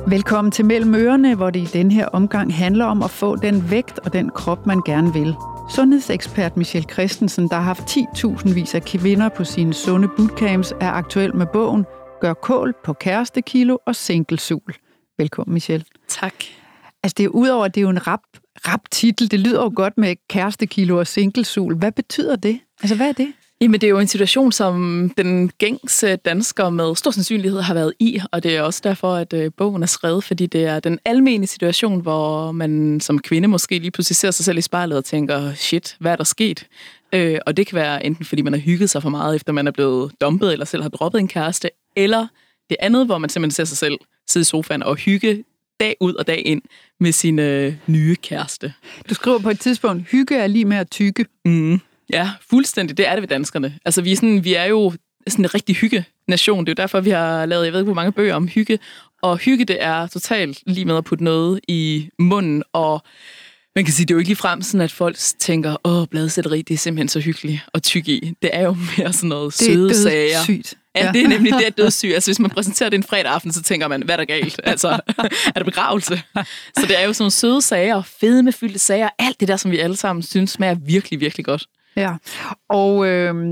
Velkommen til Mellem Ørerne, hvor det i denne her omgang handler om at få den vægt og den krop, man gerne vil. Sundhedsekspert Michelle Christensen, der har haft 10.000 af kvinder på sine sunde bootcamps, er aktuel med bogen Gør kål på kærestekilo og single-sul. Velkommen, Michelle. Tak. Altså, det er udover, at det er jo en rap titel. Det lyder jo godt med kærestekilo og single-sul. Hvad betyder det? Altså, hvad er det? Jamen, det er jo en situation, som den gængse dansker med stor sandsynlighed har været i, og det er også derfor, at bogen er skrevet, fordi det er den almene situation, hvor man som kvinde måske lige pludselig ser sig selv i spejlet og tænker, shit, hvad er der sket? Og det kan være enten fordi man har hygget sig for meget, efter man er blevet dumpet, eller selv har droppet en kæreste, eller det andet, hvor man simpelthen ser sig selv sidde i sofaen og hygge dag ud og dag ind med sin nye kæreste. Du skriver på et tidspunkt, hygge er lige med at tykke. Mm. Ja, fuldstændig. Det er det ved danskerne. Altså, vi er jo sådan en rigtig hygge-nation. Det er jo derfor, vi har lavet, jeg ved ikke, hvor mange bøger om hygge. Og hygge, det er totalt lige med at putte noget i munden. Og man kan sige, det er jo ikke ligefrem sådan, at folk tænker, bladselleri, det er simpelthen så hyggeligt at tykke i. Det er jo mere sådan noget søde sager. Det er dødssygt. Ja, det er nemlig det, at dødssygt. Altså, hvis man præsenterer det en fredag aften, så tænker man, hvad er der galt? Altså, er der begravelse? Så det er jo sådan nogle søde sager, fedmefyldte sager, alt det der, som vi alle sammen synes smager virkelig, virkelig godt. Ja, og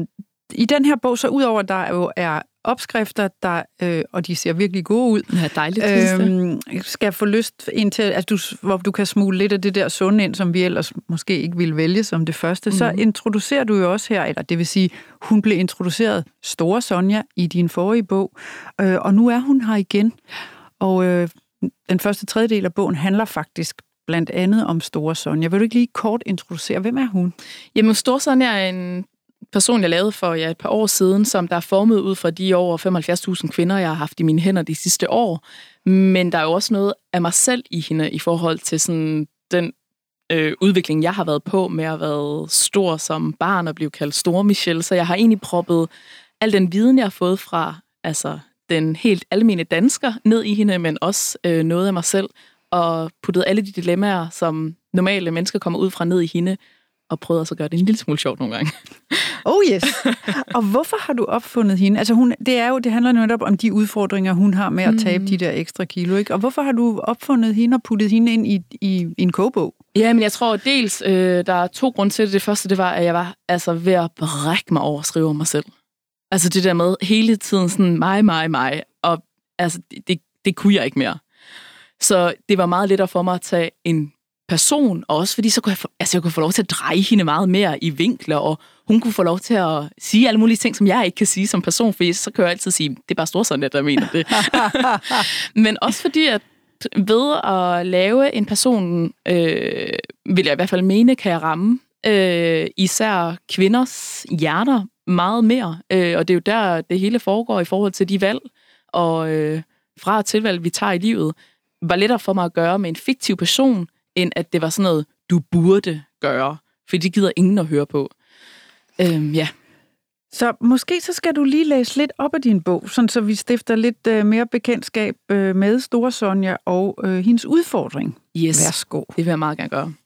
i den her bog, så udover, der jo er opskrifter, og de ser virkelig gode ud. Ja, dejligt. Skal få lyst ind til, at hvor du kan smule lidt af det der sunde ind, som vi ellers måske ikke ville vælge som det første. Så introducerer du jo også her, eller det vil sige, hun blev introduceret, Store Sonja, i din forrige bog, og nu er hun her igen. Og den første tredjedel af bogen handler faktisk blandt andet om Store Sonja. Vil du ikke lige kort introducere, hvem er hun? Jamen, Store Sonja er en person, jeg lavede for et par år siden, som der er formet ud fra de over 75.000 kvinder, jeg har haft i mine hænder de sidste år. Men der er jo også noget af mig selv i hende i forhold til sådan den udvikling, jeg har været på med at være stor som barn og blive kaldt Store Michelle. Så jeg har egentlig proppet al den viden, jeg har fået fra den helt almene dansker ned i hende, men også noget af mig selv, og puttet alle de dilemmaer, som normale mennesker kommer ud fra, ned i hende, og prøvet også at gøre det en lille smule sjovt nogle gange. Oh yes! Og hvorfor har du opfundet hende? Altså det handler netop om de udfordringer, hun har med at tabe de der ekstra kilo, ikke? Og hvorfor har du opfundet hende og puttet hende ind i en kogebog? Ja, men jeg tror dels, der er 2 grunde til det. Det første, det var, at jeg var ved at brække mig over at skrive om mig selv. Altså det der med hele tiden sådan mig, og altså det kunne jeg ikke mere. Så det var meget lettere for mig at tage en person, og også fordi så kunne jeg kunne få lov til at dreje hende meget mere i vinkler, og hun kunne få lov til at sige alle mulige ting, som jeg ikke kan sige som person, for så kan jeg altid sige, det er bare Store Sonja, der mener det. Men også fordi, at ved at lave en person, vil jeg i hvert fald mene, kan jeg ramme især kvinders hjerter meget mere, og det er jo der, det hele foregår i forhold til de valg, og fra og tilvalg, vi tager i livet, var lettere for mig at gøre med en fiktiv person, end at det var sådan noget, du burde gøre. For det gider ingen at høre på. Ja. Så måske så skal du lige læse lidt op af din bog, sådan så vi stifter lidt mere bekendtskab med Store Sonja og hendes udfordring. Yes, værsgo. Det vil jeg meget gerne gøre.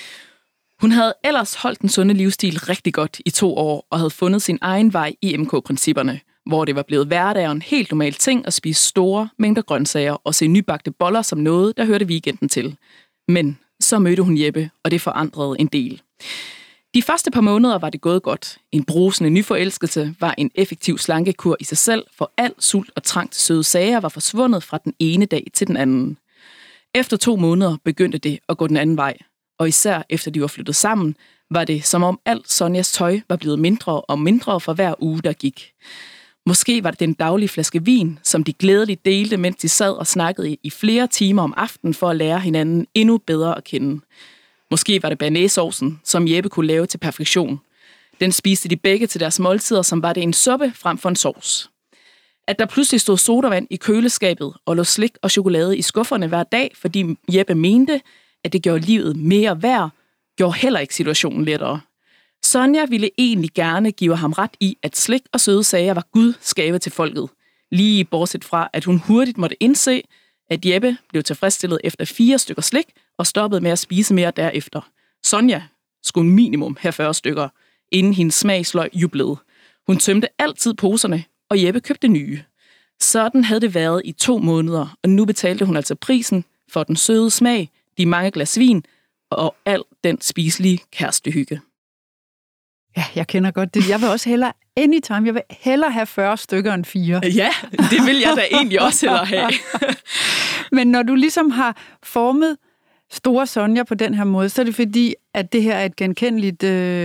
Hun havde ellers holdt den sunde livsstil rigtig godt i 2 år, og havde fundet sin egen vej i MK-principperne, hvor det var blevet hverdag en helt normal ting at spise store mængder grøntsager og se nybagte boller som noget, der hørte weekenden til. Men så mødte hun Jeppe, og det forandrede en del. De første par måneder var det gået godt. En brusende nyforelskelse var en effektiv slankekur i sig selv, for al sult og trang til søde sager var forsvundet fra den ene dag til den anden. Efter 2 måneder begyndte det at gå den anden vej, og især efter de var flyttet sammen, var det som om alt Sonjas tøj var blevet mindre og mindre for hver uge, der gik. Måske var det den daglige flaske vin, som de glædeligt delte, mens de sad og snakkede i flere timer om aftenen for at lære hinanden endnu bedre at kende. Måske var det bearnaisesaucen, som Jeppe kunne lave til perfektion. Den spiste de begge til deres måltider, som var det en suppe frem for en sovs. At der pludselig stod sodavand i køleskabet og lå slik og chokolade i skufferne hver dag, fordi Jeppe mente, at det gjorde livet mere værd, gjorde heller ikke situationen lettere. Sonja ville egentlig gerne give ham ret i, at slik og søde sager var Gud skabe til folket. Lige bortset fra, at hun hurtigt måtte indse, at Jeppe blev tilfredsstillet efter 4 stykker slik og stoppede med at spise mere derefter. Sonja skulle minimum have 40 stykker, inden hendes smagsløg jublede. Hun tømte altid poserne, og Jeppe købte nye. Sådan havde det været i 2 måneder, og nu betalte hun altså prisen for den søde smag, de mange glas vin og al den spiselige kærestehygge. Ja, jeg kender godt det. Jeg vil også hellere anytime. Jeg vil hellere have 40 stykker end 4. Ja, det vil jeg da egentlig også hellere have. Men når du ligesom har formet store Sonja på den her måde, så er det fordi, at det her er et genkendeligt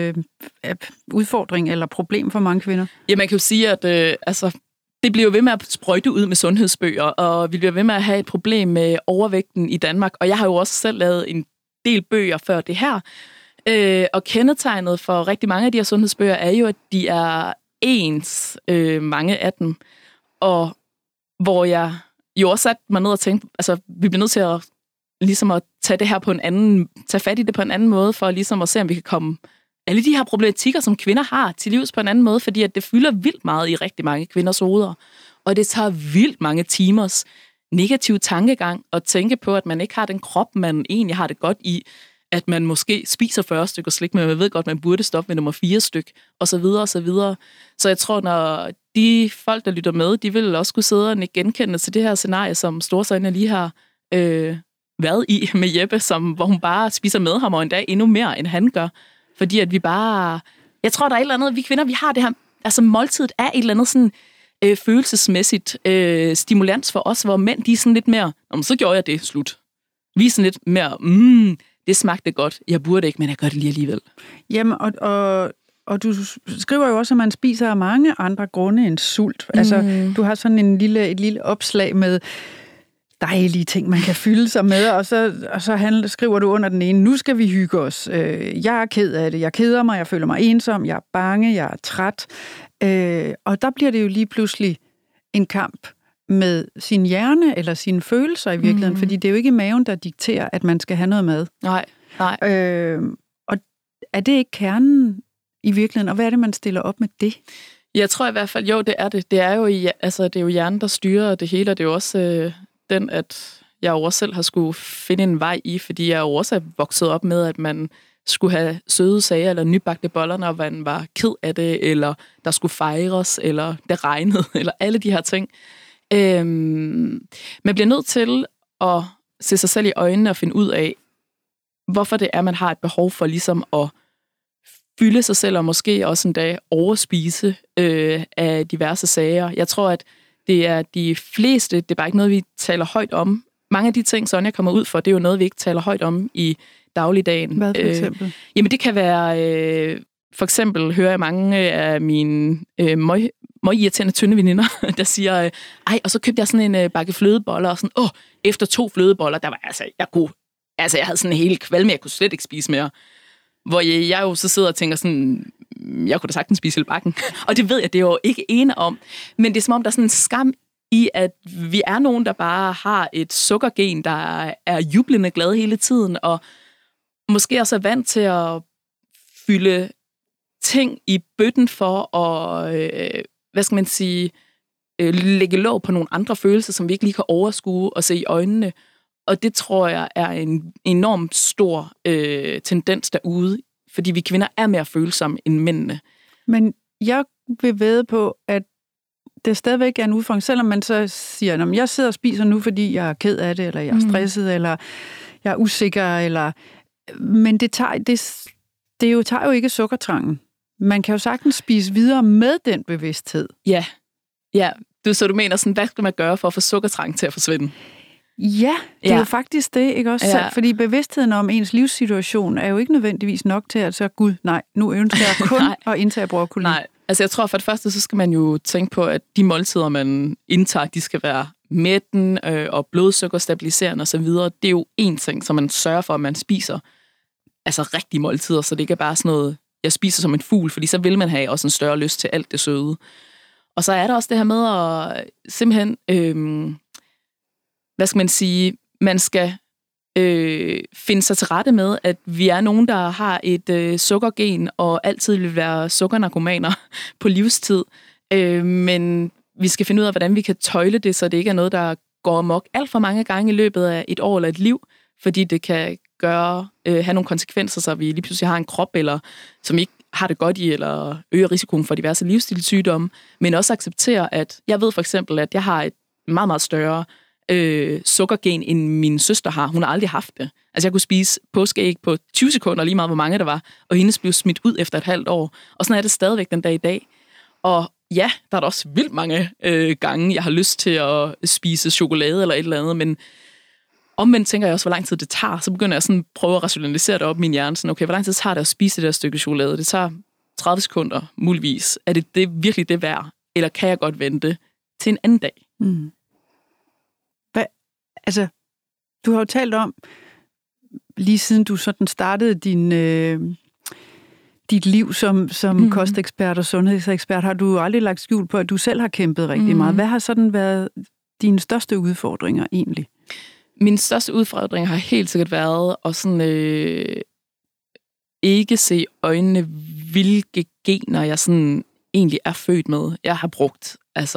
udfordring eller problem for mange kvinder? Ja, man kan jo sige, at det bliver jo ved med at sprøjte ud med sundhedsbøger, og vi bliver ved med at have et problem med overvægten i Danmark. Og jeg har jo også selv lavet en del bøger før det her. Og kendetegnet for rigtig mange af de her sundhedsbøger er jo, at de er ens, mange af dem. Og hvor jeg jo også satte mig ned og tænkte, altså vi bliver nødt til at, ligesom at tage det her på tage fat i det på en anden måde, for ligesom at se, om vi kan komme alle de her problematikker, som kvinder har, til livs på en anden måde, fordi at det fylder vildt meget i rigtig mange kvinders hoveder. Og det tager vildt mange timers negativ tankegang at tænke på, at man ikke har den krop, man egentlig har det godt i, at man måske spiser 40 stykker slik, men man ved godt, man burde stoppe med nummer 4 styk, og så videre, og så videre. Så jeg tror, når de folk, der lytter med, de vil også kunne sidde og genkende til det her scenarie, som Storsøjne lige har været i med Jeppe, hvor hun bare spiser med ham, og endda endnu mere, end han gør. Fordi at vi bare... Jeg tror, der er et eller andet, vi kvinder, vi har det her... Altså, måltidet er et eller andet sådan følelsesmæssigt stimulans for os, hvor mænd, de er sådan lidt mere... så gjorde jeg det, slut. Vi er sådan lidt mere... det smagte godt. Jeg burde ikke, men jeg gør det lige alligevel. Jamen, og du skriver jo også, at man spiser af mange andre grunde end sult. Altså, du har sådan et lille opslag med dejlige ting, man kan fylde sig med, og så skriver du under den ene, nu skal vi hygge os. Jeg er ked af det. Jeg keder mig, jeg føler mig ensom, jeg er bange, jeg er træt. Og der bliver det jo lige pludselig en kamp med sin hjerne eller sine følelser i virkeligheden, fordi det er jo ikke maven, der dikterer, at man skal have noget mad. Nej. Og er det ikke kernen i virkeligheden, og hvad er det, man stiller op med det? Jeg tror i hvert fald, jo, det er det. Det er jo hjernen, der styrer det hele, og det er jo også den, at jeg jo også selv har skulle finde en vej i, fordi jeg jo også er vokset op med, at man skulle have søde sager eller nybagte boller, når man var ked af det, eller der skulle fejres, eller det regnede, eller alle de her ting. Man bliver nødt til at se sig selv i øjnene og finde ud af, hvorfor det er, man har et behov for ligesom at fylde sig selv, og måske også en dag overspise af diverse sager. Jeg tror, at det er de fleste, det er bare ikke noget, vi taler højt om. Mange af de ting, Sonja kommer ud for, det er jo noget, vi ikke taler højt om i dagligdagen. Hvad for eksempel? Jamen, det kan være... for eksempel hører jeg mange af mine meget irriterende tynde veninder, der siger, og så købte jeg sådan en bakke flødeboller, og sådan, efter 2 flødeboller, der var jeg havde sådan en hel kvalme, jeg kunne slet ikke spise mere. Hvor jeg jo så sidder og tænker sådan, jeg kunne da sagtens spise hele bakken. Og det ved jeg, det er jo ikke ene om. Men det er som om, der er sådan en skam i, at vi er nogen, der bare har et sukkergen, der er jublende glad hele tiden, og måske også er vant til at fylde ting i bøtten for at, lægge låg på nogle andre følelser, som vi ikke lige kan overskue og se i øjnene. Og det tror jeg er en enormt stor tendens derude, fordi vi kvinder er mere følsomme end mændene. Men jeg vil vædde på, at det stadigvæk er en udfordring, selvom man så siger, at jeg sidder og spiser nu, fordi jeg er ked af det, eller jeg er stresset, eller jeg er usikker, eller... Men det tager jo ikke sukkertrangen. Man kan jo sagtens spise videre med den bevidsthed. Ja. Så du mener sådan, hvad skal man gøre for at få sukkertrangen til at forsvinde? Ja, det er jo faktisk det, ikke også? Ja. Fordi bevidstheden om ens livssituation er jo ikke nødvendigvis nok til at sige, gud, nej, nu ønsker jeg kun at indtage broccoli. Nej, altså jeg tror for det første, så skal man jo tænke på, at de måltider, man indtager, de skal være mætten og blodsukkerstabiliserende osv. Det er jo en ting, som man sørger for, at man spiser altså rigtige måltider, så det ikke er bare sådan noget, jeg spiser som en fugl, fordi så vil man have også en større lyst til alt det søde. Og så er der også det her med at simpelthen... man skal finde sig til rette med, at vi er nogen, der har et sukkergen, og altid vil være sukkernarkomaner på livstid. Men vi skal finde ud af, hvordan vi kan tøjle det, så det ikke er noget, der går amok alt for mange gange i løbet af et år eller et liv, fordi det kan have nogle konsekvenser, så vi lige pludselig har en krop, eller som ikke har det godt i, eller øger risikoen for diverse livsstilssygdomme, men også acceptere, at jeg ved for eksempel, at jeg har et meget, meget større sukkergen, end min søster har. Hun har aldrig haft det. Altså, jeg kunne spise påskeæg på 20 sekunder, lige meget hvor mange der var, og hendes blev smidt ud efter et halvt år. Og sådan er det stadigvæk den dag i dag. Og ja, der er der også vildt mange gange, jeg har lyst til at spise chokolade eller et eller andet, men omvendt tænker jeg også, hvor lang tid det tager. Så begynder jeg sådan at prøve at rationalisere det op i min hjerne. Sådan, okay, hvor lang tid tager det at spise det der stykke chokolade? Det tager 30 sekunder, muligvis. Er det virkelig det værd? Eller kan jeg godt vente til en anden dag? Mm. Altså, du har jo talt om, lige siden du sådan startede dit liv som kostekspert og sundhedsekspert, har du aldrig lagt skjul på, at du selv har kæmpet rigtig meget. Hvad har sådan været dine største udfordringer egentlig? Min største udfordring har helt sikkert været at sådan, ikke se øjnene, hvilke gener jeg sådan egentlig er født med. Jeg har brugt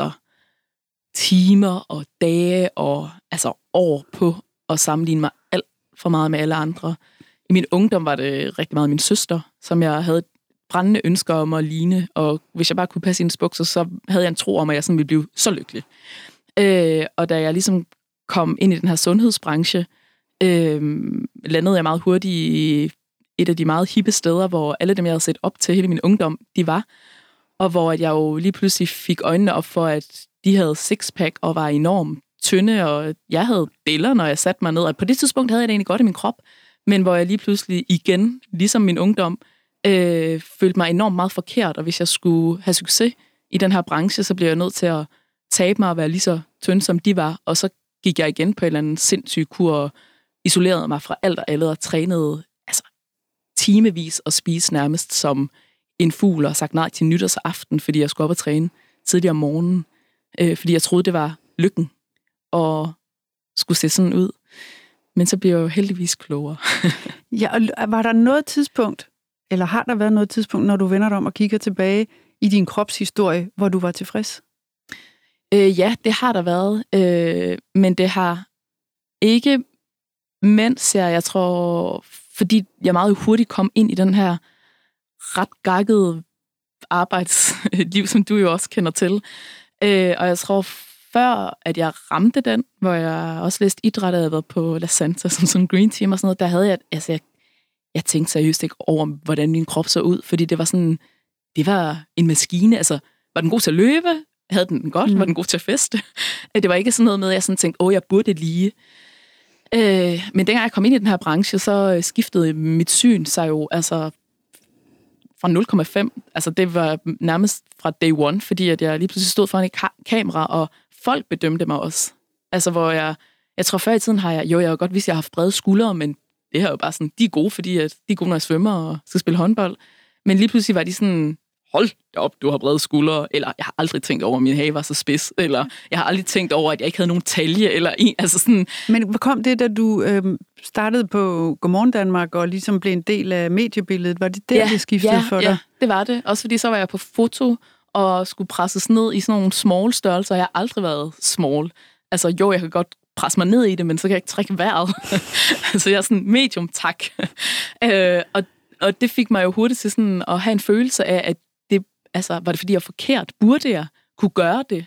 timer og dage og år på at sammenligne mig alt for meget med alle andre. I min ungdom var det rigtig meget min søster, som jeg havde et brændende ønsker om at ligne, og hvis jeg bare kunne passe hendes bukser, så havde jeg en tro om, at jeg sådan ville blive så lykkelig. Og da jeg ligesom kom ind i den her sundhedsbranche, landede jeg meget hurtigt i et af de meget hippe steder, hvor alle dem, jeg havde set op til hele min ungdom, de var, og hvor jeg jo lige pludselig fik øjnene op for, at de havde sixpack og var enormt tynde, og jeg havde deller, når jeg satte mig ned. Og på det tidspunkt havde jeg det egentlig godt i min krop, men hvor jeg lige pludselig igen, ligesom min ungdom, følte mig enormt meget forkert, og hvis jeg skulle have succes i den her branche, så blev jeg nødt til at tabe mig og være lige så tynd, som de var, og så gik jeg igen på en eller anden sindssyg kur og isolerede mig fra alt og alle og trænede timevis og spise nærmest som en fugl og sagt nej til nytårsaften, fordi jeg skulle op og træne tidligere om morgenen, fordi jeg troede, det var lykken og skulle se sådan ud. Men så bliver jeg jo heldigvis klogere. Ja, og var der noget tidspunkt, eller har der været noget tidspunkt, når du vender dig om og kigger tilbage i din kropshistorie, hvor du var tilfreds? Ja, det har der været, men det har ikke, mens jeg tror, fordi jeg meget hurtigt kom ind i den her ret gakkede arbejdsliv, som du jo også kender til. Og jeg tror, før at jeg ramte den, hvor jeg også læste idræt, og jeg havde været på La Santa som sådan en green team og sådan noget, der havde jeg tænkte seriøst ikke over, hvordan min krop så ud, fordi det var sådan, det var en maskine, var den god til at løbe? Havde den godt? Var den god til at feste? Det var ikke sådan noget med, at jeg sådan tænkte, jeg burde lige. Men dengang jeg kom ind i den her branche, så skiftede mit syn sig jo fra 0,5. Det var nærmest fra day one, fordi at jeg lige pludselig stod foran et kamera, og folk bedømte mig også. Hvor jeg tror før i tiden har jeg har godt vidst, at jeg har haft brede skuldre, men det her er jo bare sådan, de er gode, fordi at de er gode, når jeg svømmer og skal spille håndbold. Men lige pludselig var de sådan, hold da op, du har brede skuldre, eller jeg har aldrig tænkt over, at min hage var så spids, eller jeg har aldrig tænkt over, at jeg ikke havde nogen talje, eller sådan. Men hvor kom det, da du startede på Godmorgen Danmark, og ligesom blev en del af mediebilledet? Var det der, det skiftede for dig? Ja, det var det. Også fordi så var jeg på foto, og skulle presses ned i sådan nogle small størrelser. Jeg har aldrig været small. Jeg kan godt presse mig ned i det, men så kan jeg ikke trække vejret. Jeg er sådan medium, tak. Og det fik mig jo hurtigt til sådan at have en følelse af, at det, var det fordi jeg var forkert? Burde jeg kunne gøre det?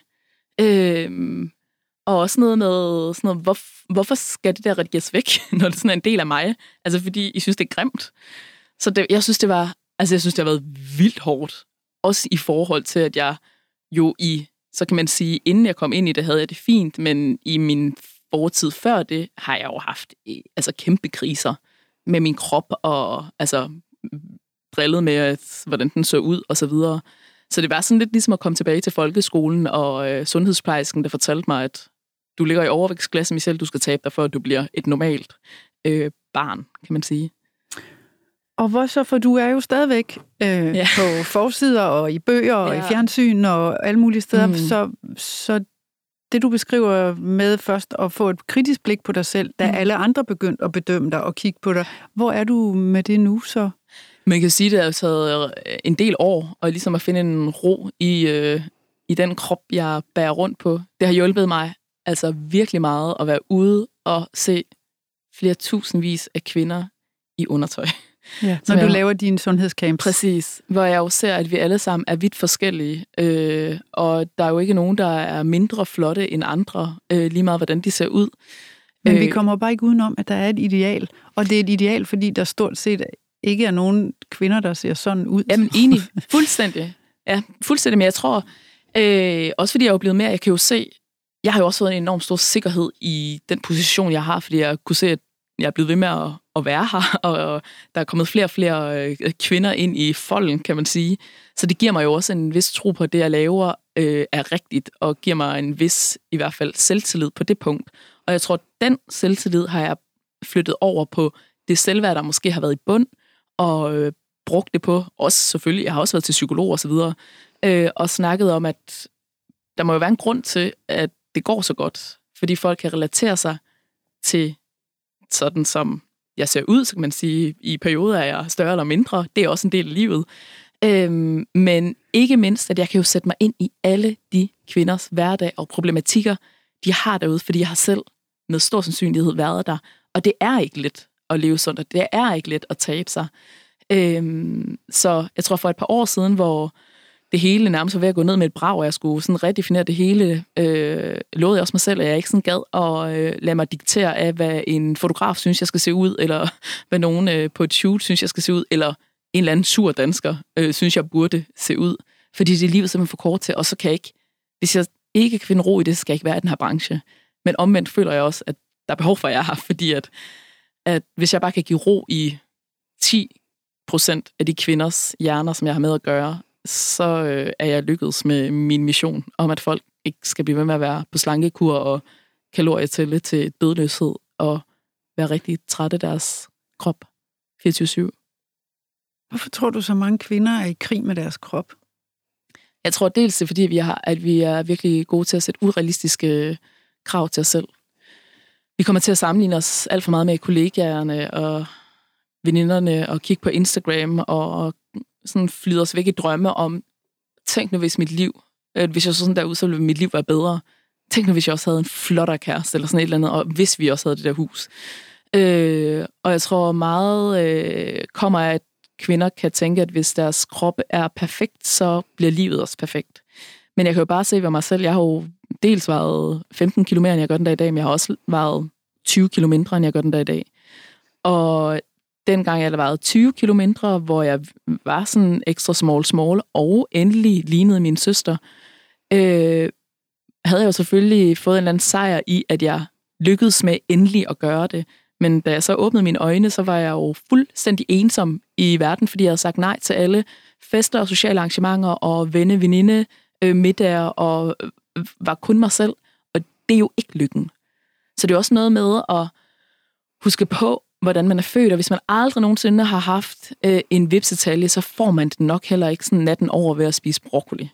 Og også noget med sådan noget, hvorfor skal det der redigeres væk, når det sådan er en del af mig? Fordi I synes, det er grimt. Så jeg synes, det har været vildt hårdt. Også i forhold til, at jeg jo så kan man sige, inden jeg kom ind i det, havde jeg det fint, men i min fortid før det, har jeg jo haft kæmpe kriser med min krop, og drillet med, hvordan den så ud, og så videre. Så det var sådan lidt ligesom at komme tilbage til folkeskolen, og sundhedsplejersken, der fortalte mig, at du ligger i overvægtsklasse, Michelle, du skal tabe dig, for at du bliver et normalt barn, kan man sige. Og hvor så, for du er jo stadigvæk på forsider og i bøger og i fjernsyn og alle mulige steder, så det du beskriver med først at få et kritisk blik på dig selv, da alle andre begyndte at bedømme dig og kigge på dig, hvor er du med det nu så? Man kan sige, at det har taget en del år, og ligesom at finde en ro i den krop, jeg bærer rundt på. Det har hjulpet mig virkelig meget at være ude og se flere tusindvis af kvinder i undertøj. Ja, når du laver dine sundhedscamps. Præcis, hvor jeg jo ser, at vi alle sammen er vidt forskellige, og der er jo ikke nogen, der er mindre flotte end andre, lige meget hvordan de ser ud. Men vi kommer bare ikke udenom, at der er et ideal, og det er et ideal, fordi der stort set ikke er nogen kvinder, der ser sådan ud. Jamen enig, fuldstændig. Ja, fuldstændig, men jeg tror, også fordi jeg er jo blevet mere, jeg kan jo se, jeg har jo også fået en enorm stor sikkerhed i den position, jeg har, fordi jeg kunne se, at jeg er blevet ved med at være her, og der er kommet flere og flere kvinder ind i folden, kan man sige. Så det giver mig jo også en vis tro på, at det, jeg laver, er rigtigt, og giver mig en vis, i hvert fald, selvtillid på det punkt. Og jeg tror, at den selvtillid har jeg flyttet over på det selvværd, der måske har været i bund, og brugt det på, også selvfølgelig, jeg har også været til psykolog og så videre, og snakket om, at der må jo være en grund til, at det går så godt, fordi folk kan relatere sig til sådan som jeg ser ud, så kan man sige, i perioder er jeg større eller mindre. Det er også en del af livet. Men ikke mindst, at jeg kan jo sætte mig ind i alle de kvinders hverdag og problematikker, de har derude, fordi jeg har selv med stor sandsynlighed været der. Og det er ikke let at leve sådan, og det er ikke let at tabe sig. Så jeg tror for et par år siden, hvor det hele nærmest var ved at gå ned med et brag, og jeg skulle sådan redefinere det hele, lovede jeg også mig selv, at jeg ikke sådan gad at lade mig diktere af, hvad en fotograf synes, jeg skal se ud, eller hvad nogen på et shoot synes, jeg skal se ud, eller en eller anden sur dansker synes, jeg burde se ud. Fordi det er livet simpelthen for kort til, og så kan jeg ikke, hvis jeg ikke kan finde ro i det, så skal jeg ikke være i den her branche. Men omvendt føler jeg også, at der er behov for, at jeg er her, fordi at hvis jeg bare kan give ro i 10% af de kvinders hjerner, som jeg har med at gøre, så er jeg lykkedes med min mission om, at folk ikke skal blive ved med at være på slankekur og kalorietælle til dødløshed og være rigtig trætte af deres krop 24/7. Hvorfor tror du, så mange kvinder er i krig med deres krop? Jeg tror dels det, fordi vi er virkelig gode til at sætte urealistiske krav til os selv. Vi kommer til at sammenligne os alt for meget med kollegaerne og veninderne og kigge på Instagram og sådan flyder os væk i drømme om, tænk nu hvis mit liv, hvis jeg så sådan derud, så ville mit liv være bedre. Tænk nu hvis jeg også havde en flottere kæreste eller sådan et eller andet, og hvis vi også havde det der hus. Og jeg tror meget kommer af, at kvinder kan tænke, at hvis deres krop er perfekt, så bliver livet også perfekt. Men jeg kan jo bare se ved mig selv, jeg har jo dels vejet 15 kilo mere, end jeg gør den dag i dag, men jeg har også vejet 20 kilo mindre, end jeg gør den dag i dag. Og dengang jeg vejede 20 kilo mindre, hvor jeg var sådan ekstra small, og endelig lignede min søster, havde jeg jo selvfølgelig fået en eller anden sejr i, at jeg lykkedes med endelig at gøre det. Men da jeg så åbnede mine øjne, så var jeg jo fuldstændig ensom i verden, fordi jeg havde sagt nej til alle fester og sociale arrangementer og veninde, middager, og var kun mig selv. Og det er jo ikke lykken. Så det er også noget med at huske på, hvordan man er født, og hvis man aldrig nogensinde har haft en vipsetalje, så får man det nok heller ikke sådan natten over ved at spise broccoli.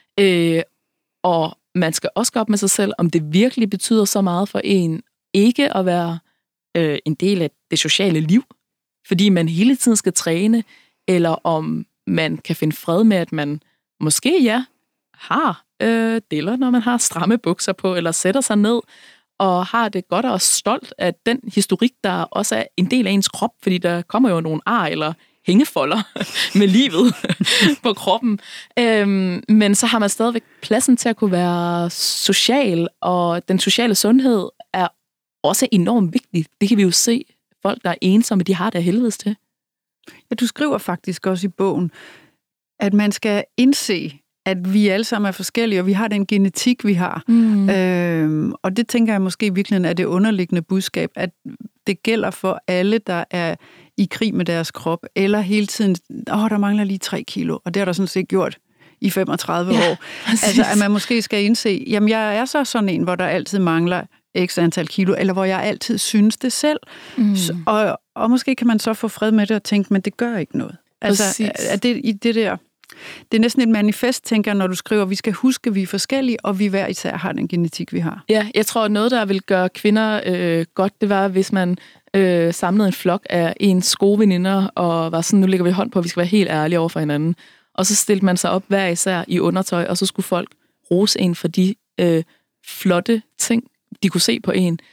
Og man skal også gå op med sig selv, om det virkelig betyder så meget for en ikke at være en del af det sociale liv, fordi man hele tiden skal træne, eller om man kan finde fred med, at man måske har deler, når man har stramme bukser på, eller sætter sig ned og har det godt og stolt af den historik, der også er en del af ens krop, fordi der kommer jo nogle ar eller hængefolder med livet på kroppen. Men så har man stadigvæk pladsen til at kunne være social, og den sociale sundhed er også enormt vigtig. Det kan vi jo se. Folk, der er ensomme, de har det af helvedes til. Ja, du skriver faktisk også i bogen, at man skal indse, at vi alle sammen er forskellige, og vi har den genetik, vi har. Og det tænker jeg måske virkelig er det underliggende budskab, at det gælder for alle, der er i krig med deres krop, eller hele tiden, der mangler lige 3 kilo, og det har der sådan set gjort i 35 år. Altså, at man måske skal indse, jamen jeg er så sådan en, hvor der altid mangler x antal kilo, eller hvor jeg altid synes det selv. Og måske kan man så få fred med det og tænke, men det gør ikke noget. Altså, er det i det der... Det er næsten et manifest, tænker jeg, når du skriver, vi skal huske, at vi er forskellige, og vi hver især har den genetik, vi har. Ja, jeg tror, noget, der vil gøre kvinder godt, det var, hvis man samlede en flok af ens gode veninder, og var sådan, nu lægger vi hånd på, at vi skal være helt ærlige over for hinanden. Og så stillede man sig op hver især i undertøj, og så skulle folk rose en for de flotte ting, de kunne se på en.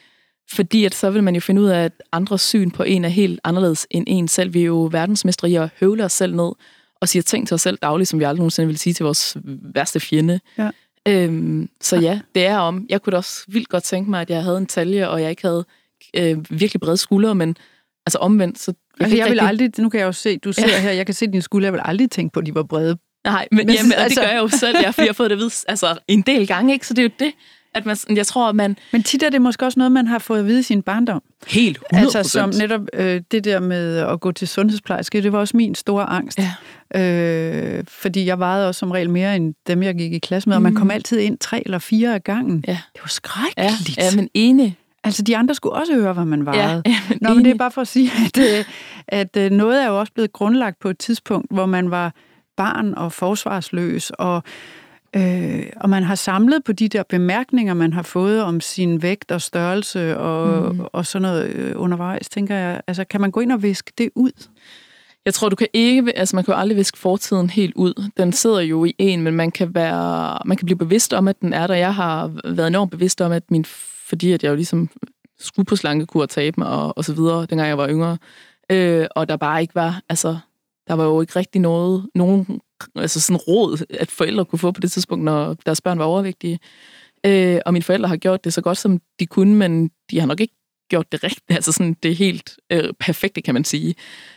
Fordi at så vil man jo finde ud af, at andres syn på en er helt anderledes end en selv. Vi er jo verdensmestre i at høvle os selv ned og siger ting til os selv dagligt, som vi aldrig nogensinde vil sige til vores værste fjende. Ja. Så ja, det er om. Jeg kunne da også vildt godt tænke mig, at jeg havde en talje, og jeg ikke havde virkelig brede skuldre, men altså omvendt. Så jeg vil aldrig, nu kan jeg jo se, du sidder her, jeg kan se dine skuldre, jeg vil aldrig tænke på, at de var brede. Nej, men jamen, det gør jeg jo selv, fordi jeg har fået det at vide en del gange, ikke? Så det er jo det, at jeg tror, at man... Men tit er det måske også noget, man har fået at vide i sin barndom. Helt 100%. Altså som netop det der med at gå til sundhedsplejerske, det var også min store angst. Ja. Fordi jeg vejede også som regel mere end dem, jeg gik i klasse med, og man kom altid ind 3 eller 4 af gangen. Ja. Det var skrækkeligt. Ja, men enig. Altså, de andre skulle også høre, hvad man vejede. Ja, men det er bare for at sige, at noget er jo også blevet grundlagt på et tidspunkt, hvor man var barn og forsvarsløs, og man har samlet på de der bemærkninger, man har fået om sin vægt og størrelse og sådan noget undervejs, tænker jeg. Altså, kan man gå ind og viske det ud? Jeg tror, du kan ikke, altså man kan jo aldrig viske fortiden helt ud. Den sidder jo i en, men man kan blive bevidst om, at den er der. Jeg har været enormt bevidst om, at fordi at jeg jo ligesom skulle på slankekur og tabe mig og så videre, dengang jeg var yngre. Og der bare ikke var, altså, der var jo ikke rigtig nogen altså sådan råd, at forældre kunne få på det tidspunkt, når deres børn var overvægtige. Og mine forældre har gjort det så godt, som de kunne, men de har nok ikke gjort det rigtigt, altså sådan det helt perfekte, kan man sige.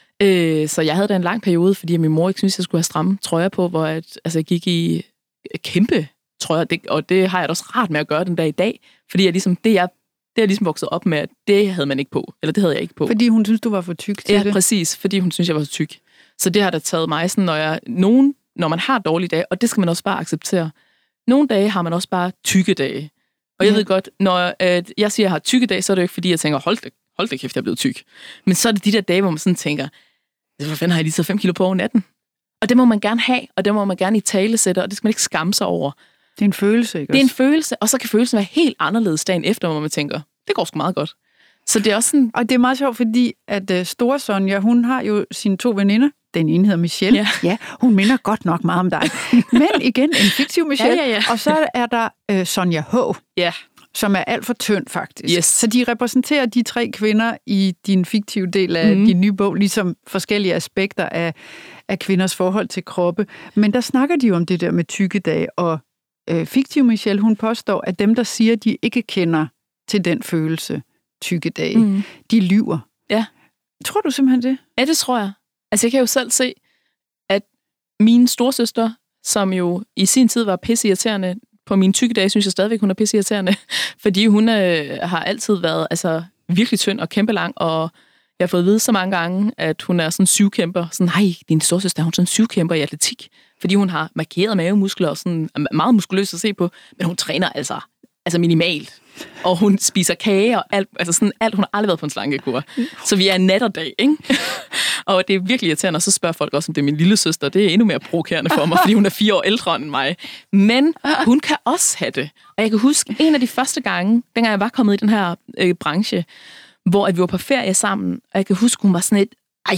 Så jeg havde da en lang periode, fordi min mor ikke syntes, jeg skulle have stramme trøjer på, hvor jeg gik i kæmpe trøjer, og det har jeg da også rart med at gøre den dag i dag, fordi det er ligesom vokset op med, at det havde man ikke på, eller det havde jeg ikke på. Fordi hun synes, du var for tyk til det? Ja, præcis, fordi hun synes, jeg var så tyk. Så det har da taget mig sådan, når man har dårlige dage, og det skal man også bare acceptere. Nogle dage har man også bare tykke dage. Og jeg ved godt, når jeg siger, at jeg har tykke dage, så er det jo ikke, fordi jeg tænker, hold da kæft, jeg er blevet tyk. Men så er det de der dage, hvor man sådan tænker, hvor fanden har jeg lige så 5 kilo på over natten? Og det må man gerne have, og det må man gerne italesætte, og det skal man ikke skamme sig over. Det er en følelse, ikke? Det er en følelse, og så kan følelsen være helt anderledes dagen efter, hvor man tænker, det går sgu meget godt. Så det er også sådan... Og det er meget sjovt, fordi at store Sonja, hun har jo sine 2 veninder. Den ene hedder Michelle. Ja, hun minder godt nok meget om dig. Men igen, en fiktiv Michelle. Ja. Og så er der Sonja H., som er alt for tynd, faktisk. Yes. Så de repræsenterer de 3 kvinder i din fiktive del af din nye bog, ligesom forskellige aspekter af kvinders forhold til kroppe. Men der snakker de jo om det der med tykkedage, og fiktiv Michelle, hun påstår, at dem, der siger, at de ikke kender til den følelse, tykkedage, de lyver. Ja. Tror du simpelthen det? Ja, det tror jeg. Altså, jeg kan jo selv se, at min storesøster, som jo i sin tid var pisseirriterende, på mine tykke dage, synes jeg stadigvæk, hun er pisseirriterende, fordi hun har altid været virkelig tynd og kæmpe lang, og jeg har fået at vide så mange gange, at hun er sådan en syvkæmper. Sådan, nej, din storesøster, hun er sådan en syvkæmper i atletik, fordi hun har markeret mavemuskler og sådan meget muskuløs at se på, men hun træner altså minimalt. Og hun spiser kage og alt, altså sådan alt. Hun har aldrig været på en slankekur. Så vi er nat og dag, ikke? Og det er virkelig irriterende, og så spørger folk også, om det er min lille søster. Det er endnu mere provokerende for mig, fordi hun er 4 år ældre end mig. Men hun kan også have det. Og jeg kan huske en af de første gange, dengang jeg var kommet i den her branche, hvor at vi var på ferie sammen, og jeg kan huske, hun var sådan et,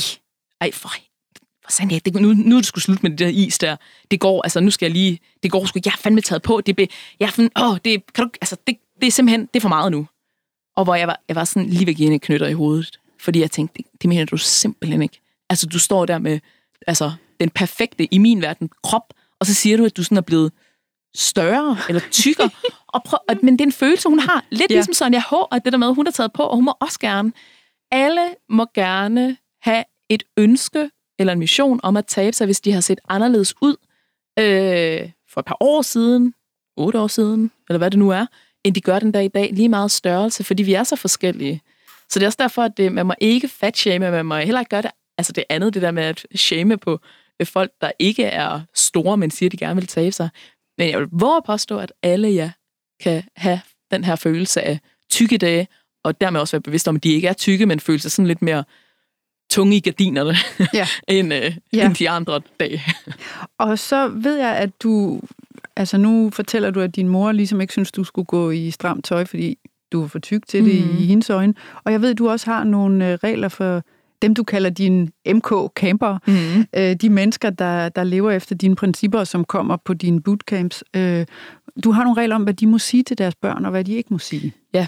nu er det sgu slut med det der is der. Det går, altså nu skal jeg lige, det går sgu, jeg er fandme taget på. Det er simpelthen, det er for meget nu. Og hvor jeg var sådan lige ved at give en knytter i hovedet. Fordi jeg tænkte, det mener du simpelthen ikke. Altså, du står der med den perfekte, i min verden, krop, og så siger du, at du sådan er blevet større eller tykkere. Men det er en følelse, hun har. Lidt ligesom Sonja H., at det der med, hun har taget på, og hun må også gerne. Alle må gerne have et ønske eller en mission om at tabe sig, hvis de har set anderledes ud for et par år siden, 8 år siden, eller hvad det nu er, end de gør den dag i dag. Lige meget størrelse, fordi vi er så forskellige. Så det er også derfor, at man må ikke fatshame, man må heller ikke gøre det. Altså det andet, det der med at shame på folk, der ikke er store, men siger, at de gerne vil tabe sig. Men jeg vil våge at påstå, at alle kan have den her følelse af tykke dage, og dermed også være bevidst om, at de ikke er tykke, men føle sig sådan lidt mere tunge i gardinerne end de andre dage. Og så ved jeg, at du... Altså nu fortæller du, at din mor ligesom ikke synes, du skulle gå i stramt tøj, fordi du er for tyk til det i hendes øjne. Og jeg ved, at du også har nogle regler for dem, du kalder dine MK-camper. De mennesker, der lever efter dine principper, som kommer på dine bootcamps. Du har nogle regler om, hvad de må sige til deres børn, og hvad de ikke må sige. Ja,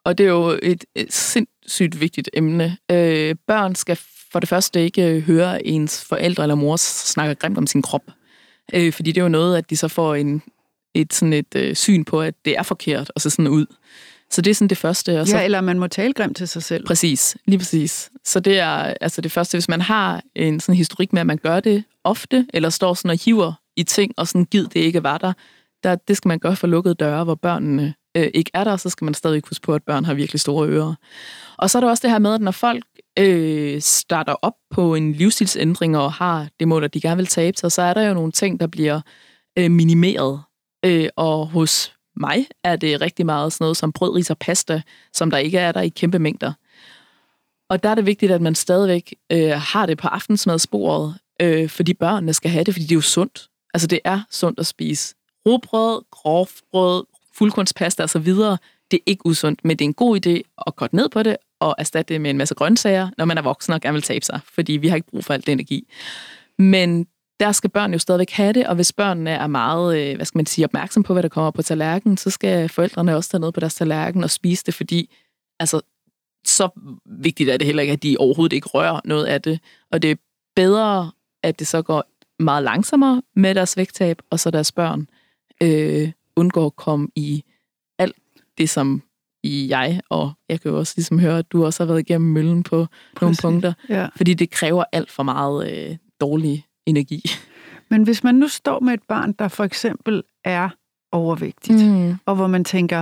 og det er jo et sindssygt vigtigt emne. Børn skal for det første ikke høre ens forældre eller mor snakke grimt om sin krop. Fordi det er jo noget, at de så får et syn på, at det er forkert og så sådan ud. Så det er sådan det første. Og så, eller man må tale grimt til sig selv. Præcis, lige præcis. Så det er altså det første, hvis man har en sådan historik med, at man gør det ofte, eller står sådan og hiver i ting, og sådan gid det ikke var der, det skal man gøre for lukkede døre, hvor børnene ikke er der, så skal man stadig huske på, at børn har virkelig store ører. Og så er der også det her med, at når folk starter op på en livsstilsændring og har det mål, at de gerne vil tabe sig, så er der jo nogle ting, der bliver minimeret. Og hos mig er det rigtig meget sådan noget som brød, ris og pasta, som der ikke er der i kæmpe mængder. Og der er det vigtigt, at man stadigvæk har det på aftensmadsbordet, fordi børnene skal have det, fordi det er jo sundt. Altså det er sundt at spise rugbrød, grovbrød, fuldkornspasta og så videre. Det er ikke usundt, men det er en god idé at korte ned på det og erstatte det med en masse grøntsager, når man er voksen og gerne vil tabe sig, fordi vi har ikke brug for alt det energi. Men der skal børn jo stadigvæk have det, og hvis børnene er meget, opmærksom på, hvad der kommer på tallerkenen, så skal forældrene også tage noget på deres tallerken og spise det, fordi altså, så vigtigt er det heller ikke, at de overhovedet ikke rører noget af det. Og det er bedre, at det så går meget langsommere med deres vægttab, og så deres børn undgår at komme i alt det, som jeg, og jeg kan jo også ligesom høre, at du også har været igennem møllen på nogle punkter, fordi det kræver alt for meget dårlig energi. Men hvis man nu står med et barn, der for eksempel er overvægtigt, og hvor man tænker,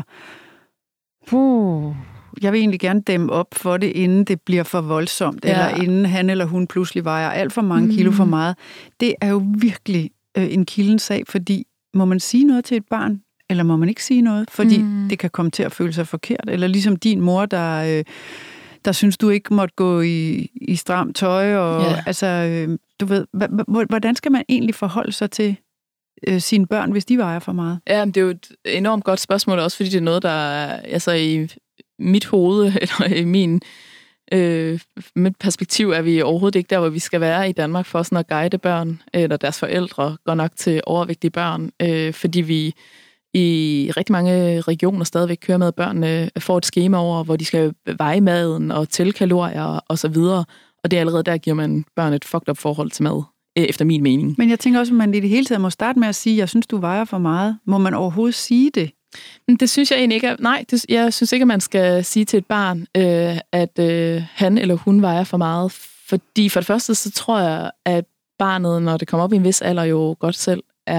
jeg vil egentlig gerne dæmme op for det, inden det bliver for voldsomt, eller inden han eller hun pludselig vejer alt for mange kilo for meget. Det er jo virkelig en kildens sag, fordi må man sige noget til et barn, eller må man ikke sige noget, fordi det kan komme til at føle sig forkert, eller ligesom din mor, der synes, du ikke måtte gå i stramt tøj, og altså, du ved, hvordan skal man egentlig forholde sig til sine børn, hvis de vejer for meget? Ja, det er jo et enormt godt spørgsmål, også fordi det er noget, der altså i mit hoved, eller i mit perspektiv, er vi overhovedet ikke der, hvor vi skal være i Danmark, for sådan at guide børn, eller deres forældre går nok til overvægtige børn, fordi vi i rigtig mange regioner stadigvæk kører med, at børnene får et skema over, hvor de skal veje maden og tælle kalorier og så videre. Og det er allerede der, giver man børn et fucked up forhold til mad, efter min mening. Men jeg tænker også, at man i det hele taget må starte med at sige, jeg synes, du vejer for meget. Må man overhovedet sige det? Det synes jeg egentlig ikke. Nej, jeg synes ikke, at man skal sige til et barn, at han eller hun vejer for meget. Fordi for det første, så tror jeg, at barnet, når det kommer op i en vis alder, jo godt selv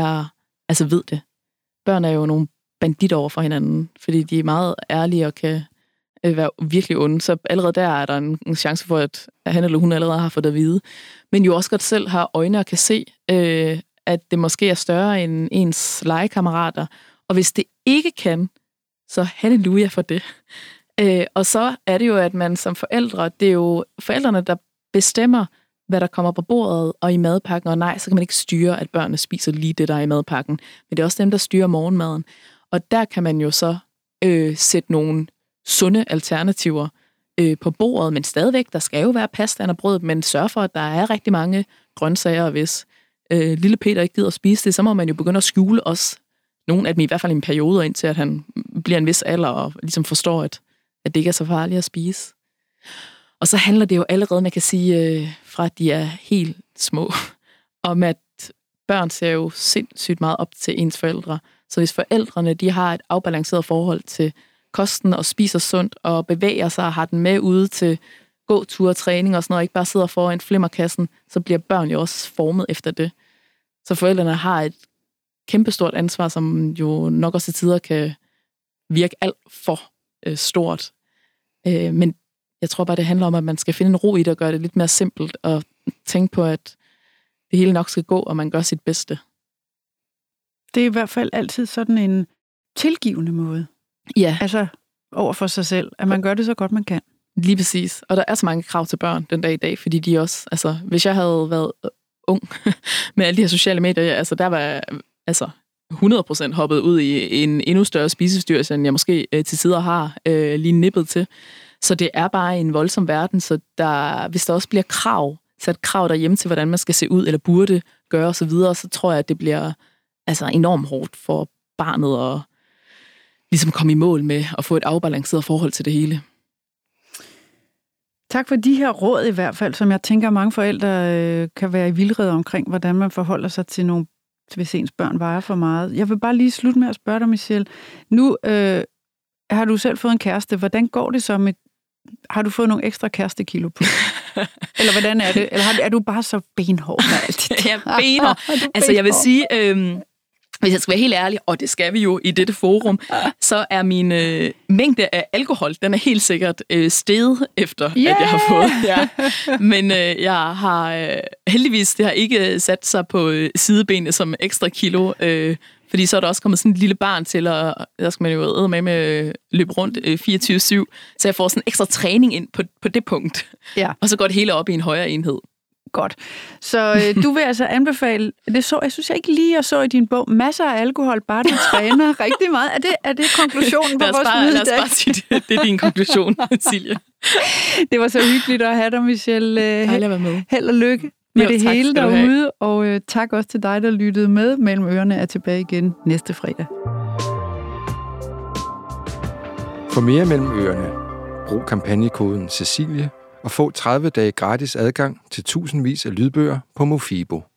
ved det. Børn er jo nogle banditter over for hinanden, fordi de er meget ærlige og kan være virkelig onde. Så allerede der er der en chance for, at han eller hun allerede har fået det at vide. Men jo også godt selv har øjne og kan se, at det måske er større end ens legekammerater. Og hvis det ikke kan, så halleluja for det. Og så er det jo, at man som forældre, det er jo forældrene, der bestemmer, hvad der kommer på bordet og i madpakken, og nej, så kan man ikke styre, at børnene spiser lige det, der er i madpakken. Men det er også dem, der styrer morgenmaden. Og der kan man jo så sætte nogle sunde alternativer på bordet, men stadigvæk, der skal jo være pasta og brød, men sørg for, at der er rigtig mange grøntsager, og hvis lille Peter ikke gider at spise det, så må man jo begynde at skjule os. Nogle af dem i hvert fald i en periode, indtil at han bliver en vis alder, og ligesom forstår, at det ikke er så farligt at spise. Og så handler det jo allerede, man kan sige, fra at de er helt små, om at børn ser jo sindssygt meget op til ens forældre. Så hvis forældrene, de har et afbalanceret forhold til kosten, og spiser sundt, og bevæger sig, og har den med ude til gåture, træning og sådan noget, og ikke bare sidder foran flimmerkassen, så bliver børn jo også formet efter det. Så forældrene har et kæmpestort ansvar, som jo nok også til tider kan virke alt for stort. Men jeg tror bare, det handler om, at man skal finde en ro i det og gøre det lidt mere simpelt, og tænke på, at det hele nok skal gå, og man gør sit bedste. Det er i hvert fald altid sådan en tilgivende måde. Ja. Altså over for sig selv, at man gør det så godt, man kan. Lige præcis. Og der er så mange krav til børn den dag i dag, fordi de også, altså hvis jeg havde været ung med alle de her sociale medier, altså der var 100% hoppet ud i en endnu større spisestyrelse, end jeg måske til tider har lige nippet til. Så det er bare en voldsom verden, så hvis der også bliver sat krav derhjemme til, hvordan man skal se ud, eller burde gøre osv., så tror jeg, at det bliver enormt hårdt for barnet at ligesom komme i mål med at få et afbalanceret forhold til det hele. Tak for de her råd i hvert fald, som jeg tænker, mange forældre kan være i vildrede omkring, hvordan man forholder sig til nogle, hvis ens børn vejer for meget. Jeg vil bare lige slutte med at spørge dig, Michelle. Nu har du selv fået en kæreste. Hvordan går det så med... Har du fået nogle ekstra kærestekilo på? Eller hvordan er det? Eller er du bare så benhård med alt det? Ja, benhård. Altså, jeg vil sige... Hvis jeg skal være helt ærlig, og det skal vi jo i dette forum, så er min mængde af alkohol, den er helt sikkert steget efter, at jeg har fået. Ja. Men jeg har heldigvis, det har ikke sat sig på sidebenene som ekstra kilo, fordi så er der også kommet sådan et lille barn til, og der skal man jo med løbe rundt 24/7, så jeg får sådan ekstra træning ind på det punkt. Ja. Og så går det hele op i en højere enhed. Godt. Så du vil altså anbefale, jeg synes jeg ikke lige, jeg så i din bog, masser af alkohol, bare du træner rigtig meget. Er det konklusionen på vores møde? Lad os bare sige, det er din konklusion, Silje. Det var så hyggeligt at have dig, Michelle. Held og lykke med det hele tak derude, og tak også til dig, der lyttede med. Mellem Ørerne er tilbage igen næste fredag. For mere Mellem Ørerne, brug kampagnekoden Cecilie, og få 30 dage gratis adgang til tusindvis af lydbøger på Mofibo.